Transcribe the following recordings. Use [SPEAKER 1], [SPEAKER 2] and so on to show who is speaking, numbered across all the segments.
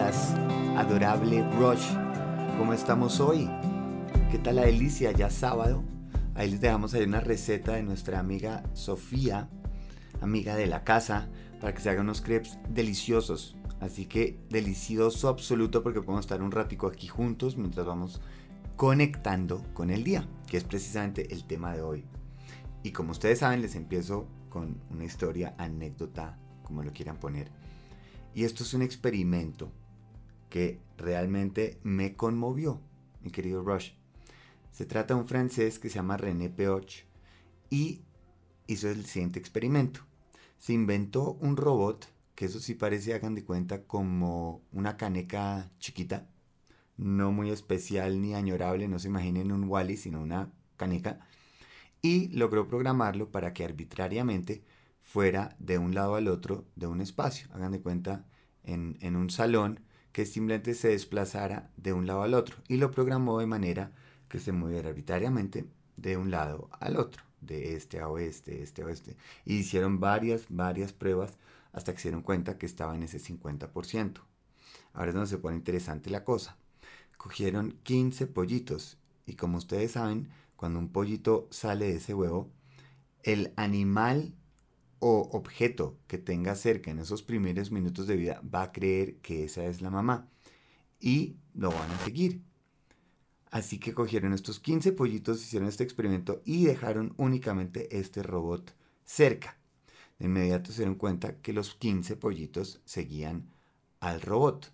[SPEAKER 1] días, adorable Rush. ¿Cómo estamos hoy? ¿Qué tal la delicia? Ya sábado. Ahí les dejamos ahí una receta de nuestra amiga Sofía, amiga de la casa, para que se hagan unos crepes deliciosos. Así que delicioso absoluto, porque podemos estar un ratico aquí juntos mientras vamos conectando con el día, que es precisamente el tema de hoy. Y como ustedes saben, les empiezo con una historia, anécdota, como lo quieran poner. Y esto es un experimento que realmente me conmovió, mi querido Rush. Se trata de un francés que se llama René Peoch y hizo el siguiente experimento. Se inventó un robot, que eso sí parece, hagan de cuenta, como una caneca chiquita, no muy especial ni añorable, no se imaginen un Wall-E, sino una caneca, y logró programarlo para que arbitrariamente fuera de un lado al otro de un espacio. Hagan de cuenta en un salón que simplemente se desplazara de un lado al otro. Y lo programó de manera que se moviera arbitrariamente de un lado al otro, de este a oeste, este a oeste. Y hicieron varias pruebas hasta que se dieron cuenta que estaba en ese 50%. Ahora es donde se pone interesante la cosa. Cogieron 15 pollitos y como ustedes saben, cuando un pollito sale de ese huevo, el animal o objeto que tenga cerca en esos primeros minutos de vida va a creer que esa es la mamá y lo van a seguir. Así que cogieron estos 15 pollitos, hicieron este experimento y dejaron únicamente este robot cerca. De inmediato se dieron cuenta que los 15 pollitos seguían al robot.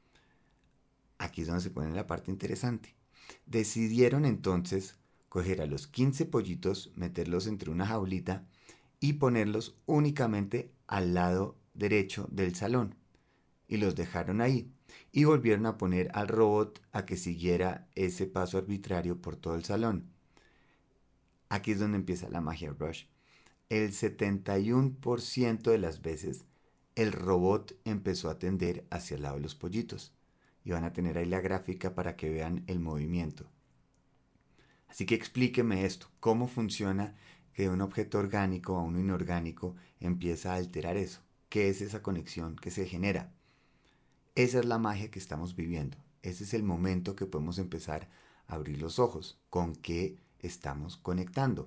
[SPEAKER 1] Aquí es donde se pone la parte interesante. Decidieron entonces coger a los 15 pollitos, meterlos entre una jaulita y ponerlos únicamente al lado derecho del salón. Y los dejaron ahí. Y volvieron a poner al robot a que siguiera ese paso arbitrario por todo el salón. Aquí es donde empieza la magia, Rush. El 71% de las veces el robot empezó a tender hacia el lado de los pollitos. Y van a tener ahí la gráfica para que vean el movimiento. Así que explíqueme esto, ¿cómo funciona que un objeto orgánico a uno inorgánico empieza a alterar eso? ¿Qué es esa conexión que se genera? Esa es la magia que estamos viviendo. Ese es el momento que podemos empezar a abrir los ojos. ¿Con qué estamos conectando?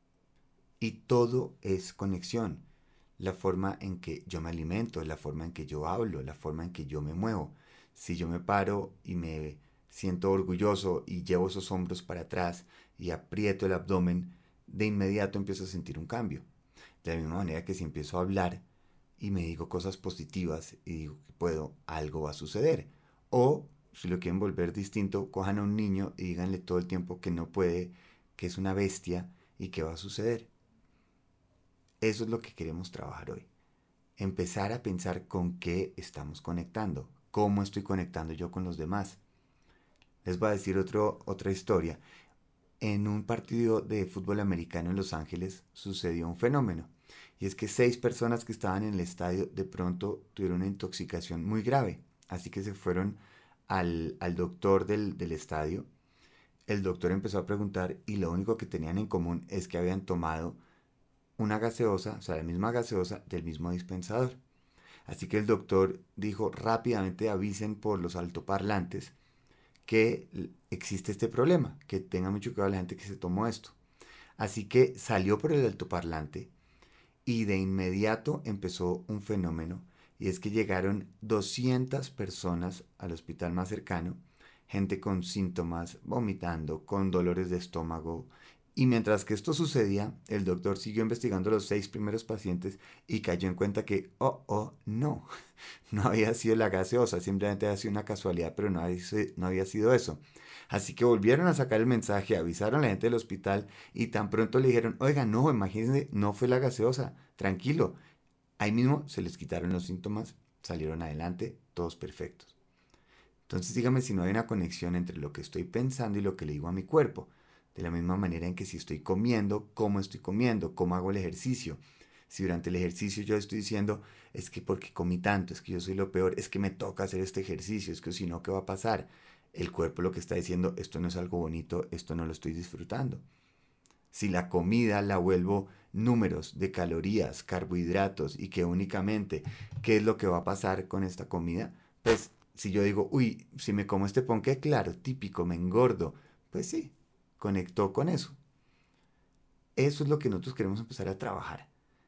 [SPEAKER 1] Y todo es conexión. La forma en que yo me alimento, la forma en que yo hablo, la forma en que yo me muevo. Si yo me paro y me siento orgulloso y llevo esos hombros para atrás y aprieto el abdomen, de inmediato empiezo a sentir un cambio. De la misma manera que si empiezo a hablar y me digo cosas positivas y digo que puedo, algo va a suceder. O si lo quieren volver distinto, cojan a un niño y díganle todo el tiempo que no puede, que es una bestia y que va a suceder. Eso es lo que queremos trabajar hoy. Empezar a pensar con qué estamos conectando, cómo estoy conectando yo con los demás. Les voy a decir otra historia. En un partido de fútbol americano en Los Ángeles sucedió un fenómeno. Y es que 6 personas que estaban en el estadio de pronto tuvieron una intoxicación muy grave. Así que se fueron al doctor del estadio. El doctor empezó a preguntar y lo único que tenían en común es que habían tomado una gaseosa, o sea, la misma gaseosa del mismo dispensador. Así que el doctor dijo rápidamente avisen por los altoparlantes que existe este problema, que tenga mucho cuidado la gente que se tomó esto. Así que salió por el altoparlante y de inmediato empezó un fenómeno y es que llegaron 200 personas al hospital más cercano, gente con síntomas, vomitando, con dolores de estómago. Y mientras que esto sucedía, el doctor siguió investigando los 6 primeros pacientes y cayó en cuenta que, no, no había sido la gaseosa, simplemente había sido una casualidad, pero no había sido eso. Así que volvieron a sacar el mensaje, avisaron a la gente del hospital y tan pronto le dijeron, oiga, no, imagínense, no fue la gaseosa, tranquilo. Ahí mismo se les quitaron los síntomas, salieron adelante, todos perfectos. Entonces dígame si no hay una conexión entre lo que estoy pensando y lo que le digo a mi cuerpo. De la misma manera en que si estoy comiendo, cómo hago el ejercicio. Si durante el ejercicio yo estoy diciendo, es que porque comí tanto, es que yo soy lo peor, es que me toca hacer este ejercicio, es que si no, ¿qué va a pasar? El cuerpo lo que está diciendo, esto no es algo bonito, esto no lo estoy disfrutando. Si la comida la vuelvo números de calorías, carbohidratos y que únicamente, ¿qué es lo que va a pasar con esta comida? Pues Si yo digo, uy, si me como este ponqué, claro, típico, me engordo. Pues sí, conectó con eso. Eso es lo que nosotros queremos empezar a trabajar.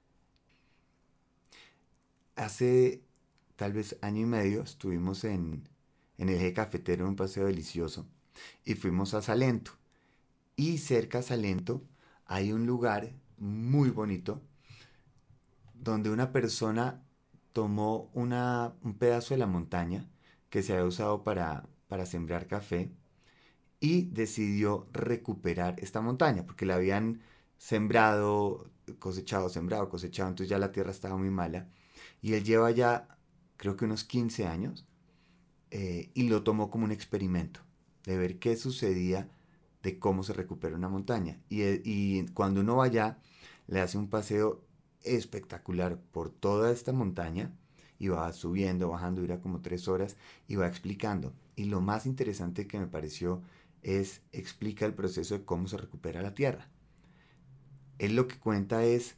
[SPEAKER 1] Hace tal vez año y medio estuvimos en el eje cafetero en un paseo delicioso y fuimos a Salento. Y cerca a Salento hay un lugar muy bonito donde una persona tomó un pedazo de la montaña que se había usado para sembrar café y decidió recuperar esta montaña porque la habían sembrado, cosechado, sembrado, cosechado, entonces ya la tierra estaba muy mala. Y él lleva ya, creo que unos 15 años, y lo tomó como un experimento de ver qué sucedía de cómo se recupera una montaña. Y cuando uno va allá, le hace un paseo espectacular por toda esta montaña y va subiendo, bajando, dura como 3 horas y va explicando. Y lo más interesante que me pareció es explica el proceso de cómo se recupera la tierra. Él lo que cuenta es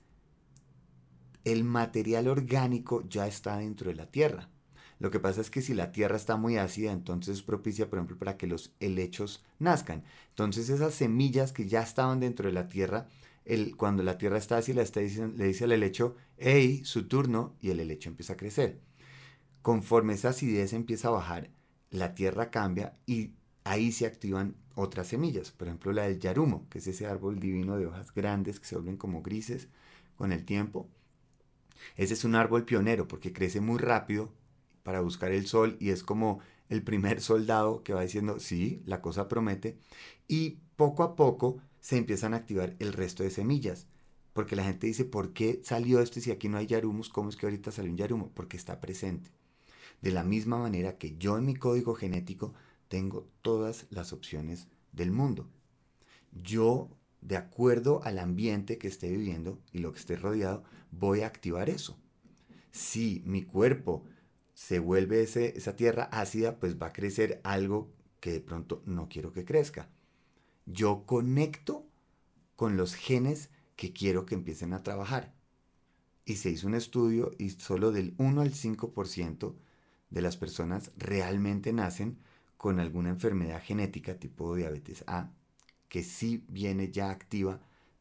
[SPEAKER 1] el material orgánico ya está dentro de la tierra. Lo que pasa es que si la tierra está muy ácida, entonces es propicia, por ejemplo, para que los helechos nazcan. Entonces esas semillas que ya estaban dentro de la tierra, cuando la tierra está ácida, le dice al helecho, hey, su turno, y el helecho empieza a crecer. Conforme esa acidez empieza a bajar, la tierra cambia y ahí se activan otras semillas. Por ejemplo, la del yarumo, que es ese árbol divino de hojas grandes que se vuelven como grises con el tiempo. Ese es un árbol pionero porque crece muy rápido para buscar el sol y es como el primer soldado que va diciendo, sí, la cosa promete. Y poco a poco se empiezan a activar el resto de semillas. Porque la gente dice, ¿por qué salió esto y si aquí no hay yarumos? ¿Cómo es que ahorita salió un yarumo? Porque está presente. De la misma manera que yo en mi código genético tengo todas las opciones del mundo. Yo, de acuerdo al ambiente que esté viviendo y lo que esté rodeado, voy a activar eso. Si mi cuerpo se vuelve esa tierra ácida, pues va a crecer algo que de pronto no quiero que crezca. Yo conecto con los genes que quiero que empiecen a trabajar. Y se hizo un estudio y solo del 1 al 5% de las personas realmente nacen con alguna enfermedad genética tipo diabetes A, que sí viene ya activa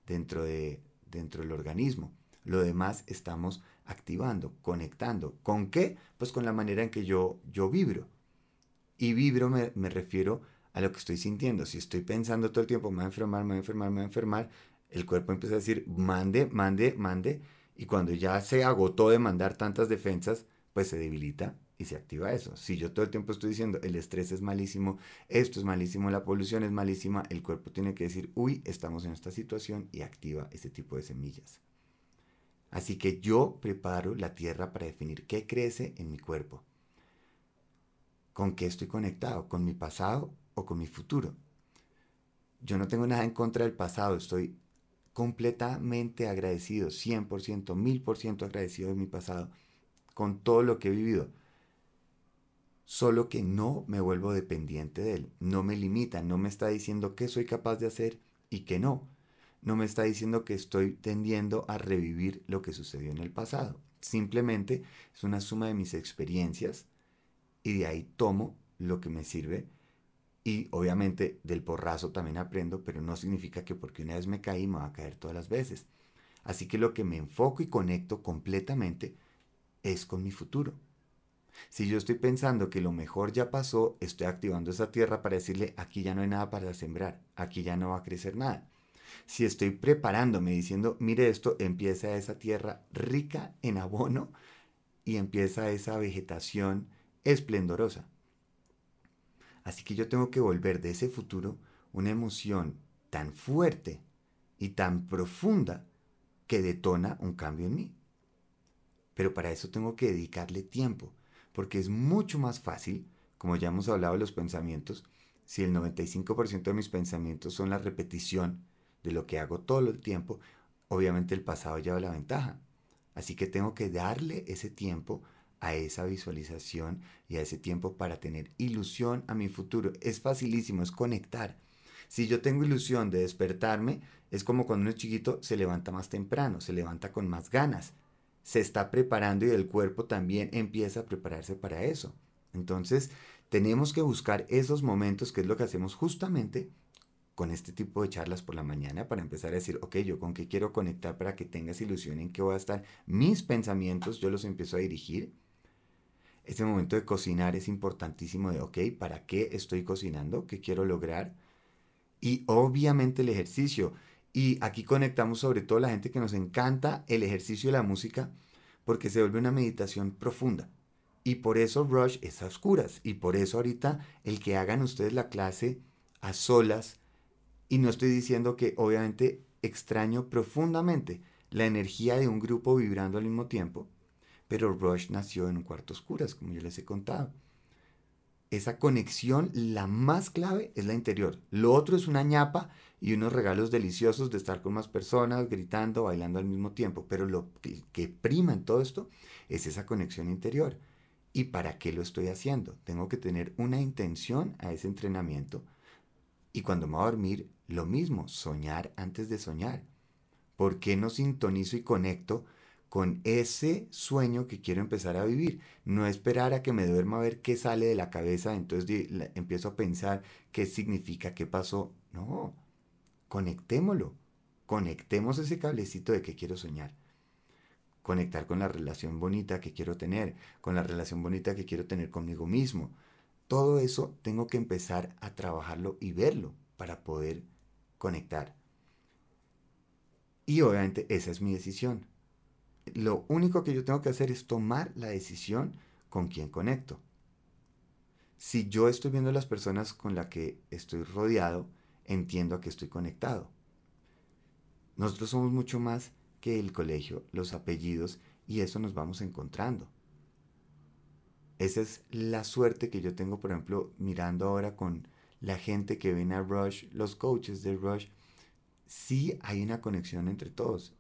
[SPEAKER 1] dentro del organismo. Lo demás estamos activando, conectando. ¿Con qué? Pues con la manera en que yo vibro. Y vibro me refiero a lo que estoy sintiendo. Si estoy pensando todo el tiempo, me voy a enfermar, me voy a enfermar, me voy a enfermar, el cuerpo empieza a decir, mande, mande, mande. Y cuando ya se agotó de mandar tantas defensas, pues se debilita y se activa eso. Si yo todo el tiempo estoy diciendo, el estrés es malísimo, esto es malísimo, la polución es malísima, el cuerpo tiene que decir, uy, estamos en esta situación y activa ese tipo de semillas. Así que yo preparo la tierra para definir qué crece en mi cuerpo. ¿Con qué estoy conectado? ¿Con mi pasado o con mi futuro? Yo no tengo nada en contra del pasado, estoy completamente agradecido, 100%, 1000% agradecido de mi pasado, con todo lo que he vivido. Solo que no me vuelvo dependiente de él, no me limita, no me está diciendo qué soy capaz de hacer y qué no. No me está diciendo que estoy tendiendo a revivir lo que sucedió en el pasado. Simplemente es una suma de mis experiencias y de ahí tomo lo que me sirve y obviamente del porrazo también aprendo, pero no significa que porque una vez me caí me va a caer todas las veces. Así que lo que me enfoco y conecto completamente es con mi futuro. Si yo estoy pensando que lo mejor ya pasó, estoy activando esa tierra para decirle, aquí ya no hay nada para sembrar, aquí ya no va a crecer nada. Si estoy preparándome diciendo, mire esto, empieza esa tierra rica en abono y empieza esa vegetación esplendorosa. Así que yo tengo que volver de ese futuro una emoción tan fuerte y tan profunda que detona un cambio en mí. Pero para eso tengo que dedicarle tiempo, porque es mucho más fácil, como ya hemos hablado de los pensamientos, si el 95% de mis pensamientos son la repetición de lo que hago todo el tiempo, obviamente el pasado lleva la ventaja. Así que tengo que darle ese tiempo a esa visualización y a ese tiempo para tener ilusión a mi futuro. Es facilísimo, es conectar. Si yo tengo ilusión de despertarme, es como cuando uno es chiquito se levanta más temprano, se levanta con más ganas, se está preparando y el cuerpo también empieza a prepararse para eso. Entonces, tenemos que buscar esos momentos, que es lo que hacemos justamente con este tipo de charlas por la mañana, para empezar a decir, ok, yo con qué quiero conectar para que tengas ilusión en qué voy a estar. Mis pensamientos, yo los empiezo a dirigir. Este momento de cocinar es importantísimo de, ok, ¿para qué estoy cocinando? ¿Qué quiero lograr? Y obviamente el ejercicio. Y aquí conectamos sobre todo la gente que nos encanta el ejercicio y la música, porque se vuelve una meditación profunda. Y por eso Rush es a oscuras. Y por eso ahorita el que hagan ustedes la clase a solas, y no estoy diciendo que obviamente extraño profundamente la energía de un grupo vibrando al mismo tiempo, pero Rush nació en un cuarto oscuras, como yo les he contado. Esa conexión, la más clave, es la interior. Lo otro es una ñapa y unos regalos deliciosos de estar con más personas, gritando, bailando al mismo tiempo. Pero lo que prima en todo esto es esa conexión interior. ¿Y para qué lo estoy haciendo? Tengo que tener una intención a ese entrenamiento. Y cuando me voy a dormir, lo mismo, soñar antes de soñar. ¿Por qué no sintonizo y conecto con ese sueño que quiero empezar a vivir? No esperar a que me duerma a ver qué sale de la cabeza, entonces empiezo a pensar qué significa, qué pasó. No, conectémoslo. Conectemos ese cablecito de que quiero soñar. Conectar con la relación bonita que quiero tener, con la relación bonita que quiero tener conmigo mismo. Todo eso tengo que empezar a trabajarlo y verlo para poder conectar. Y obviamente esa es mi decisión. Lo único que yo tengo que hacer es tomar la decisión con quién conecto. Si yo estoy viendo las personas con las que estoy rodeado, entiendo a qué estoy conectado. Nosotros somos mucho más que el colegio, los apellidos, y eso nos vamos encontrando. Esa es la suerte que yo tengo, por ejemplo, mirando ahora con la gente que viene a Rush, los coaches de Rush. Sí hay una conexión entre todos.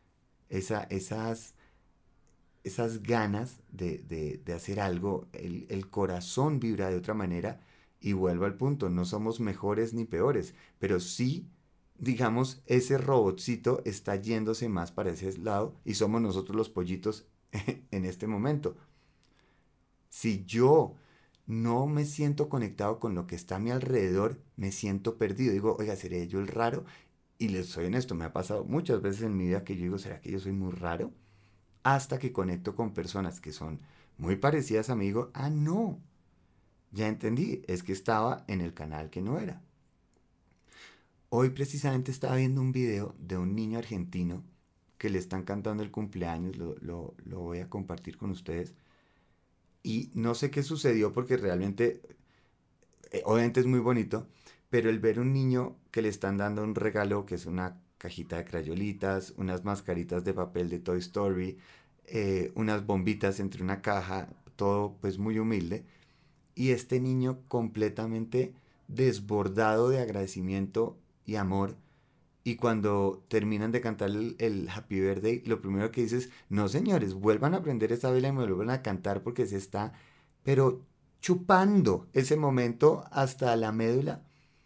[SPEAKER 1] Esas ganas de hacer algo, el corazón vibra de otra manera, y vuelvo al punto, no somos mejores ni peores, pero sí, digamos, ese robotcito está yéndose más para ese lado y somos nosotros los pollitos en este momento. Si yo no me siento conectado con lo que está a mi alrededor, me siento perdido. Digo, oiga, ¿seré yo el raro? Y les soy honesto, me ha pasado muchas veces en mi vida que yo digo, ¿será que yo soy muy raro? Hasta que conecto con personas que son muy parecidas a mí, digo, ah, no, ya entendí, es que estaba en el canal que no era. Hoy precisamente estaba viendo un video de un niño argentino que le están cantando el cumpleaños, lo voy a compartir con ustedes. Y no sé qué sucedió porque realmente, obviamente es muy bonito, pero el ver un niño que le están dando un regalo, que es una cajita de crayolitas, unas mascaritas de papel de Toy Story, unas bombitas entre una caja, todo pues muy humilde, y este niño completamente desbordado de agradecimiento y amor. Y cuando terminan de cantar el Happy Birthday, lo primero que dices, no señores, vuelvan a aprender esta vela y me vuelvan a cantar porque se está, pero chupando ese momento hasta la médula.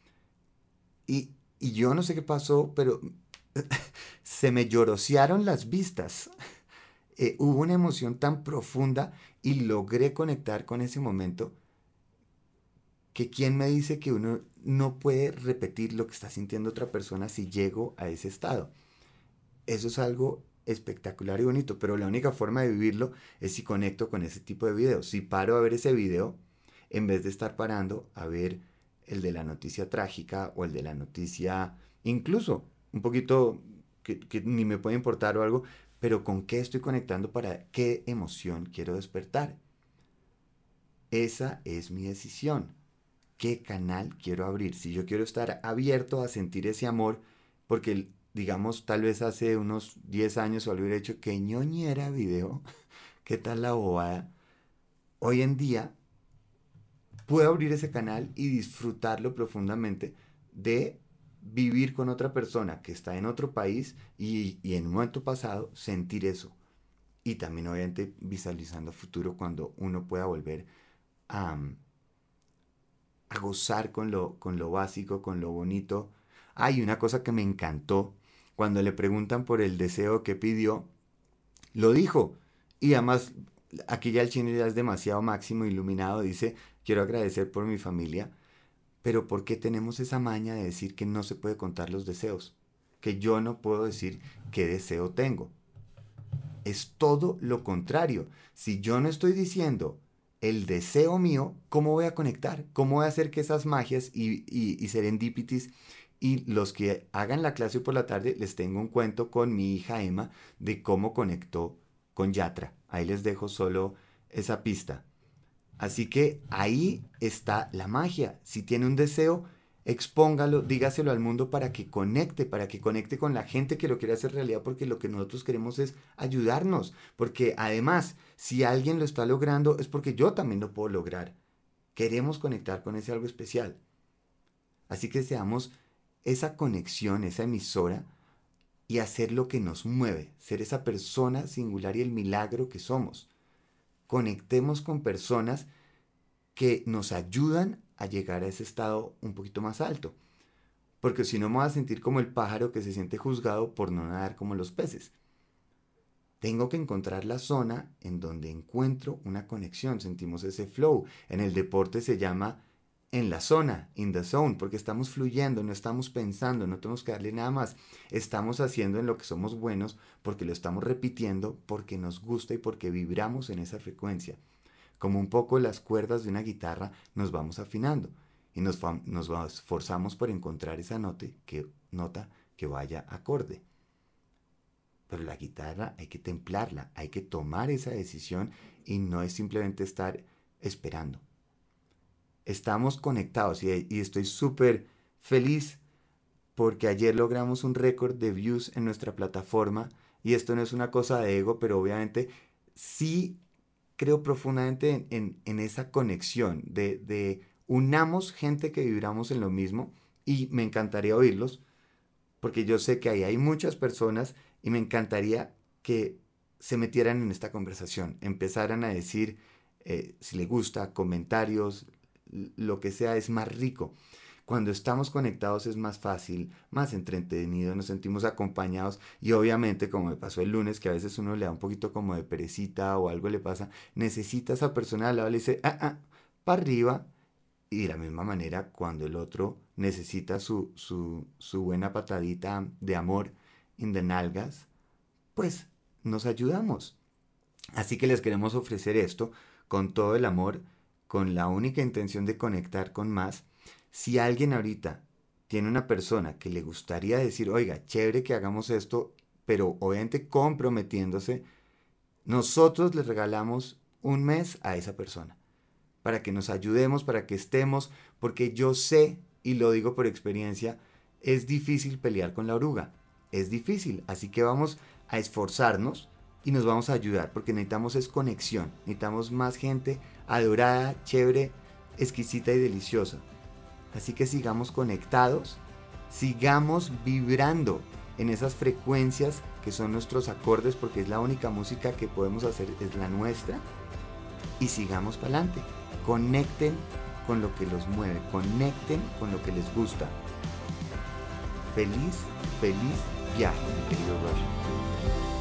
[SPEAKER 1] Y yo no sé qué pasó, pero se me llorosearon las vistas. Hubo una emoción tan profunda y logré conectar con ese momento, que quién me dice que uno no puede repetir lo que está sintiendo otra persona si llego a ese estado. Eso es algo espectacular y bonito, pero la única forma de vivirlo es si conecto con ese tipo de videos. Si paro a ver ese video, en vez de estar parando a ver el de la noticia trágica o el de la noticia, incluso un poquito que ni me puede importar o algo, pero con qué estoy conectando, para qué emoción quiero despertar. Esa es mi decisión. ¿Qué canal quiero abrir? Si yo quiero estar abierto a sentir ese amor, porque digamos, tal vez hace unos 10 años o lo hubiera hecho, que ñoñera video, qué tal la bobada. Hoy en día puedo abrir ese canal y disfrutarlo profundamente, de vivir con otra persona que está en otro país, y en un momento pasado sentir eso. Y también obviamente visualizando futuro cuando uno pueda volver a, a gozar con lo básico, con lo bonito. Hay una cosa que me encantó, cuando le preguntan por el deseo que pidió, lo dijo. Y además aquí ya el chino ya es demasiado máximo, iluminado, dice, quiero agradecer por mi familia, pero ¿por qué tenemos esa maña de decir que no se puede contar los deseos? Que yo no puedo decir qué deseo tengo. Es todo lo contrario. Si yo no estoy diciendo el deseo mío, ¿cómo voy a conectar? ¿Cómo voy a hacer que esas magias y serendipities y los que hagan la clase por la tarde les tengo un cuento con mi hija Emma de cómo conectó con Yatra? Ahí les dejo solo esa pista. Así que ahí está la magia. Si tiene un deseo, expóngalo, dígaselo al mundo para que conecte con la gente que lo quiere hacer realidad, porque lo que nosotros queremos es ayudarnos. Porque además, si alguien lo está logrando, es porque yo también lo puedo lograr. Queremos conectar con ese algo especial. Así que seamos esa conexión, esa emisora, y hacer lo que nos mueve, ser esa persona singular y el milagro que somos. Conectemos con personas que nos ayudan a llegar a ese estado un poquito más alto. Porque si no me voy a sentir como el pájaro que se siente juzgado por no nadar como los peces. Tengo que encontrar la zona en donde encuentro una conexión, sentimos ese flow. En el deporte se llama en la zona, in the zone, porque estamos fluyendo, no estamos pensando, no tenemos que darle nada más. Estamos haciendo en lo que somos buenos porque lo estamos repitiendo, porque nos gusta y porque vibramos en esa frecuencia. Como un poco las cuerdas de una guitarra nos vamos afinando y nos esforzamos por encontrar esa nota que vaya acorde. Pero la guitarra hay que templarla, hay que tomar esa decisión y no es simplemente estar esperando. Estamos conectados y estoy súper feliz porque ayer logramos un récord de views en nuestra plataforma y esto no es una cosa de ego, pero obviamente sí creo profundamente en esa conexión de unamos gente que vibramos en lo mismo y me encantaría oírlos porque yo sé que ahí hay muchas personas y me encantaría que se metieran en esta conversación, empezaran a decir si les gusta, comentarios, lo que sea, es más rico. Cuando estamos conectados es más fácil, más entretenido, nos sentimos acompañados y obviamente, como me pasó el lunes, que a veces uno le da un poquito como de perecita o algo le pasa, necesita a esa persona al lado, le dice, para arriba. Y de la misma manera, cuando el otro necesita su buena patadita de amor en the nalgas, pues nos ayudamos. Así que les queremos ofrecer esto con todo el amor, con la única intención de conectar con más. Si alguien ahorita tiene una persona que le gustaría decir, oiga, chévere que hagamos esto, pero obviamente comprometiéndose, nosotros le regalamos un mes a esa persona para que nos ayudemos, para que estemos, porque yo sé, y lo digo por experiencia, es difícil pelear con la oruga, es difícil, así que vamos a esforzarnos y nos vamos a ayudar, porque necesitamos es conexión, necesitamos más gente adorada, chévere, exquisita y deliciosa. Así que sigamos conectados, sigamos vibrando en esas frecuencias que son nuestros acordes, porque es la única música que podemos hacer, es la nuestra, y sigamos para adelante. Conecten con lo que los mueve, conecten con lo que les gusta. Feliz viaje, mi querido Rush.